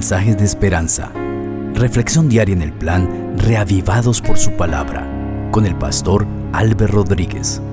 mensajes de esperanza. Reflexión diaria en el plan Reavivados por su palabra, con el pastor Álvaro Rodríguez.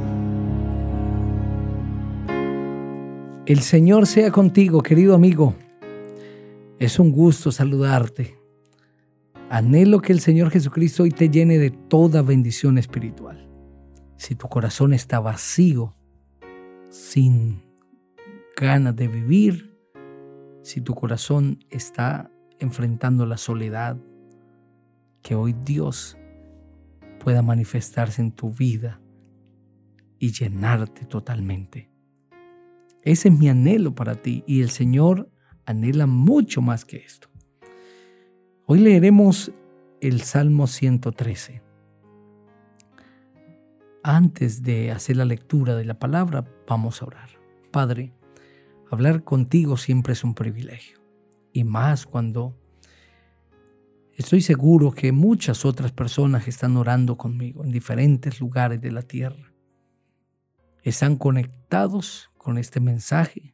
El Señor sea contigo, querido amigo. Es un gusto saludarte. Anhelo que el Señor Jesucristo hoy te llene de toda bendición espiritual. Si tu corazón está vacío, sin ganas de vivir, si tu corazón está enfrentando la soledad, que hoy Dios pueda manifestarse en tu vida y llenarte totalmente. Ese es mi anhelo para ti, y el Señor anhela mucho más que esto. Hoy leeremos el Salmo 113. Antes de hacer la lectura de la palabra, vamos a orar. Padre, hablar contigo siempre es un privilegio, y más cuando estoy seguro que muchas otras personas están orando conmigo en diferentes lugares de la tierra. Están conectados con este mensaje,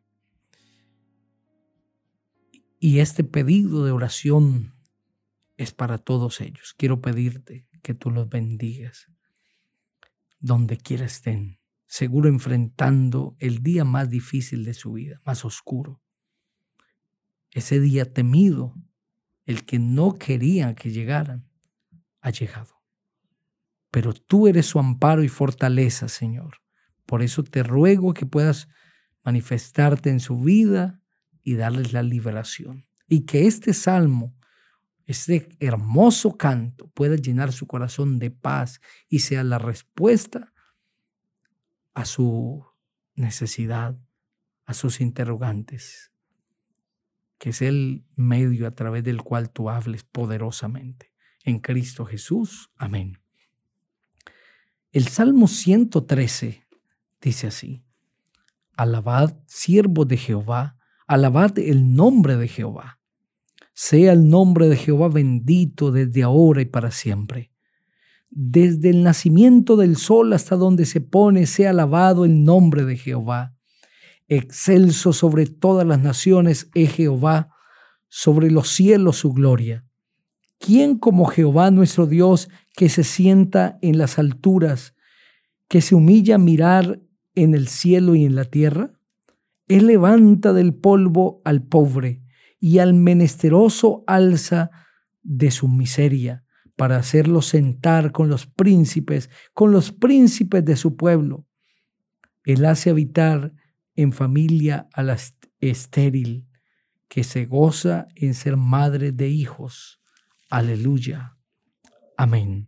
y este pedido de oración es para todos ellos. Quiero pedirte que tú los bendigas donde quiera estén, seguro enfrentando el día más difícil de su vida, más oscuro. Ese día temido, el que no querían que llegaran, ha llegado. Pero tú eres su amparo y fortaleza, Señor. Por eso te ruego que puedas manifestarte en su vida y darles la liberación. Y que este salmo, este hermoso canto, pueda llenar su corazón de paz y sea la respuesta a su necesidad, a sus interrogantes. Que es el medio a través del cual tú hables poderosamente. En Cristo Jesús. Amén. El Salmo 113 dice así: Alabad, siervos de Jehová, alabad el nombre de Jehová. Sea el nombre de Jehová bendito desde ahora y para siempre. Desde el nacimiento del sol hasta donde se pone, sea alabado el nombre de Jehová. Excelso sobre todas las naciones es Jehová, sobre los cielos su gloria. ¿Quién como Jehová nuestro Dios, que se sienta en las alturas, que se humilla a mirar en el cielo y en la tierra? Él levanta del polvo al pobre y al menesteroso alza de su miseria, para hacerlo sentar con los príncipes de su pueblo. Él hace habitar en familia a la estéril, que se goza en ser madre de hijos. Aleluya. Amén.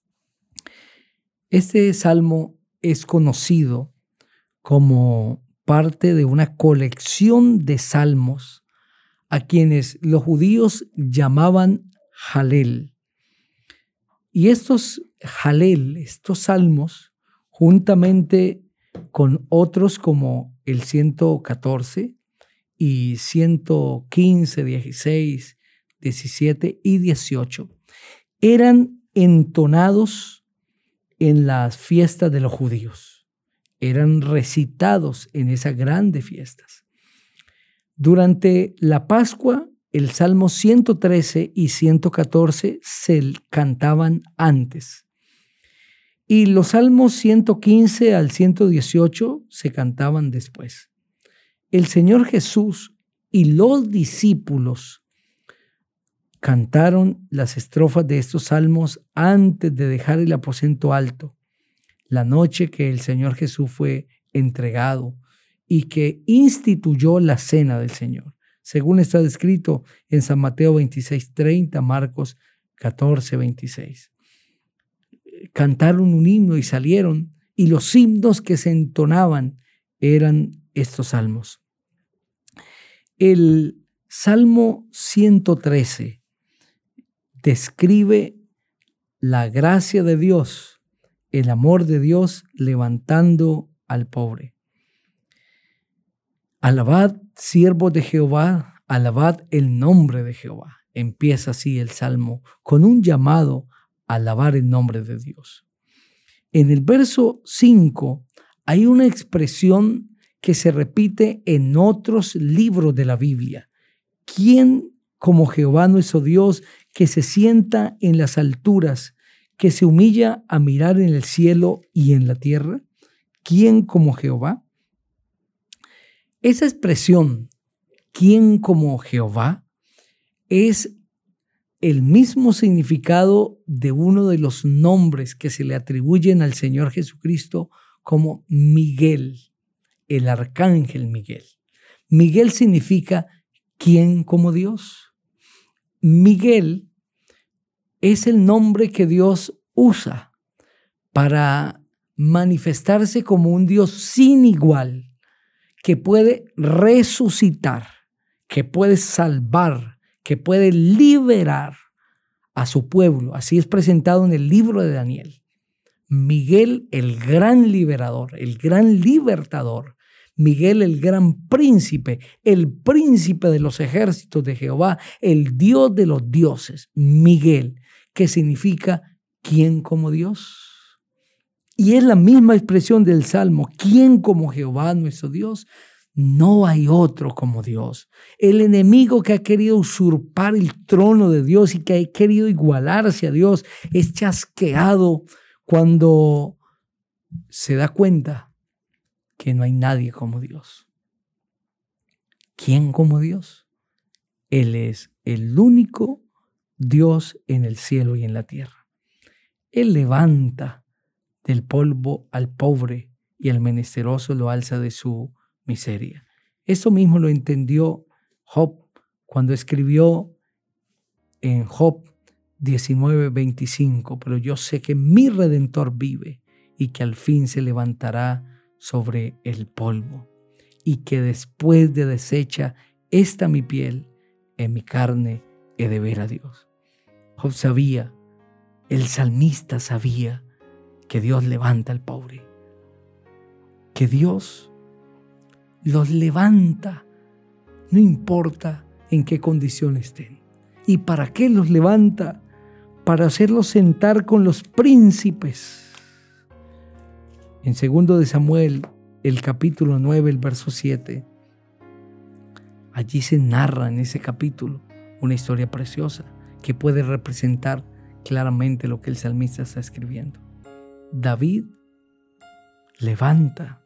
Este salmo es conocido como parte de una colección de salmos a quienes los judíos llamaban Jalel. Y estos Jalel, estos salmos, juntamente con otros como el 114 y 115, 16, 17 y 18, eran entonados en las fiestas de los judíos. Eran recitados en esas grandes fiestas. Durante la Pascua, el Salmo 113 y 114 se cantaban antes. Y los Salmos 115 al 118 se cantaban después. El Señor Jesús y los discípulos cantaron las estrofas de estos salmos antes de dejar el aposento alto, la noche que el Señor Jesús fue entregado y que instituyó la cena del Señor, según está descrito en San Mateo 26:30, Marcos 14:26. Cantaron un himno y salieron, y los himnos que se entonaban eran estos salmos. El Salmo 113 describe la gracia de Dios, el amor de Dios levantando al pobre. Alabad, siervos de Jehová, alabad el nombre de Jehová. Empieza así el Salmo, con un llamado a alabar el nombre de Dios. En el verso 5 hay una expresión que se repite en otros libros de la Biblia. ¿Quién como Jehová nuestro Dios, que se sienta en las alturas, que se humilla a mirar en el cielo y en la tierra? ¿Quién como Jehová? Esa expresión, ¿quién como Jehová?, es el mismo significado de uno de los nombres que se le atribuyen al Señor Jesucristo como Miguel, el arcángel Miguel. Miguel significa ¿quién como Dios? Miguel es el nombre que Dios usa para manifestarse como un Dios sin igual, que puede resucitar, que puede salvar, que puede liberar a su pueblo. Así es presentado en el libro de Daniel. Miguel, el gran liberador, el gran libertador. Miguel, el gran príncipe, el príncipe de los ejércitos de Jehová, el Dios de los dioses. Miguel, que significa ¿quién como Dios? Y es la misma expresión del Salmo, ¿quién como Jehová nuestro Dios? No hay otro como Dios. El enemigo que ha querido usurpar el trono de Dios y que ha querido igualarse a Dios es chasqueado cuando se da cuenta que no hay nadie como Dios. ¿Quién como Dios? Él es el único Dios en el cielo y en la tierra. Él levanta del polvo al pobre y al menesteroso lo alza de su miseria. Eso mismo lo entendió Job cuando escribió en Job 19:25, pero yo sé que mi Redentor vive y que al fin se levantará sobre el polvo y que después de deshecha esta mi piel, en mi carne he de ver a Dios. Job sabía, el salmista sabía que Dios levanta al pobre, que Dios los levanta, no importa en qué condición estén. ¿Y para qué los levanta? Para hacerlos sentar con los príncipes. En 2 de Samuel, el capítulo 9, el verso 7, allí se narra en ese capítulo una historia preciosa que puede representar claramente lo que el salmista está escribiendo. David levanta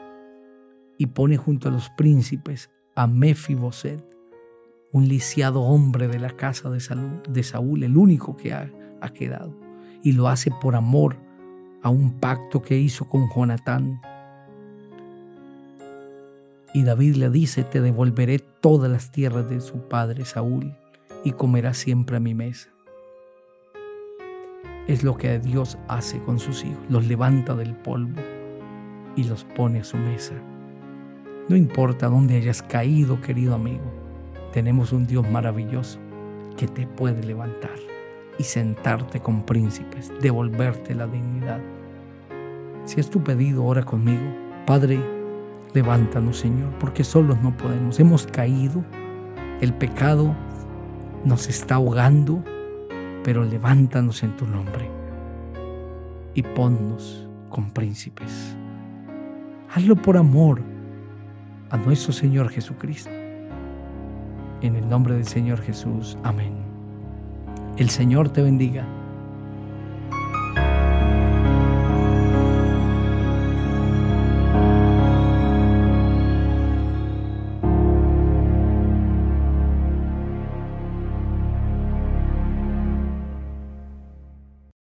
y pone junto a los príncipes a Mefiboset, un lisiado hombre de la casa de Saúl, el único que ha quedado, y lo hace por amor a un pacto que hizo con Jonatán. Y David le dice: te devolveré todas las tierras de su padre Saúl y comerás siempre a mi mesa. Es lo que Dios hace con sus hijos, los levanta del polvo y los pone a su mesa. No importa dónde hayas caído, querido amigo, tenemos un Dios maravilloso que te puede levantar y sentarte con príncipes, devolverte la dignidad. Si es tu pedido, ora conmigo. Padre, levántanos, Señor, porque solos no podemos. Hemos caído, el pecado nos está ahogando, pero levántanos en tu nombre y ponnos con príncipes. Hazlo por amor a nuestro Señor Jesucristo. En el nombre del Señor Jesús. Amén. El Señor te bendiga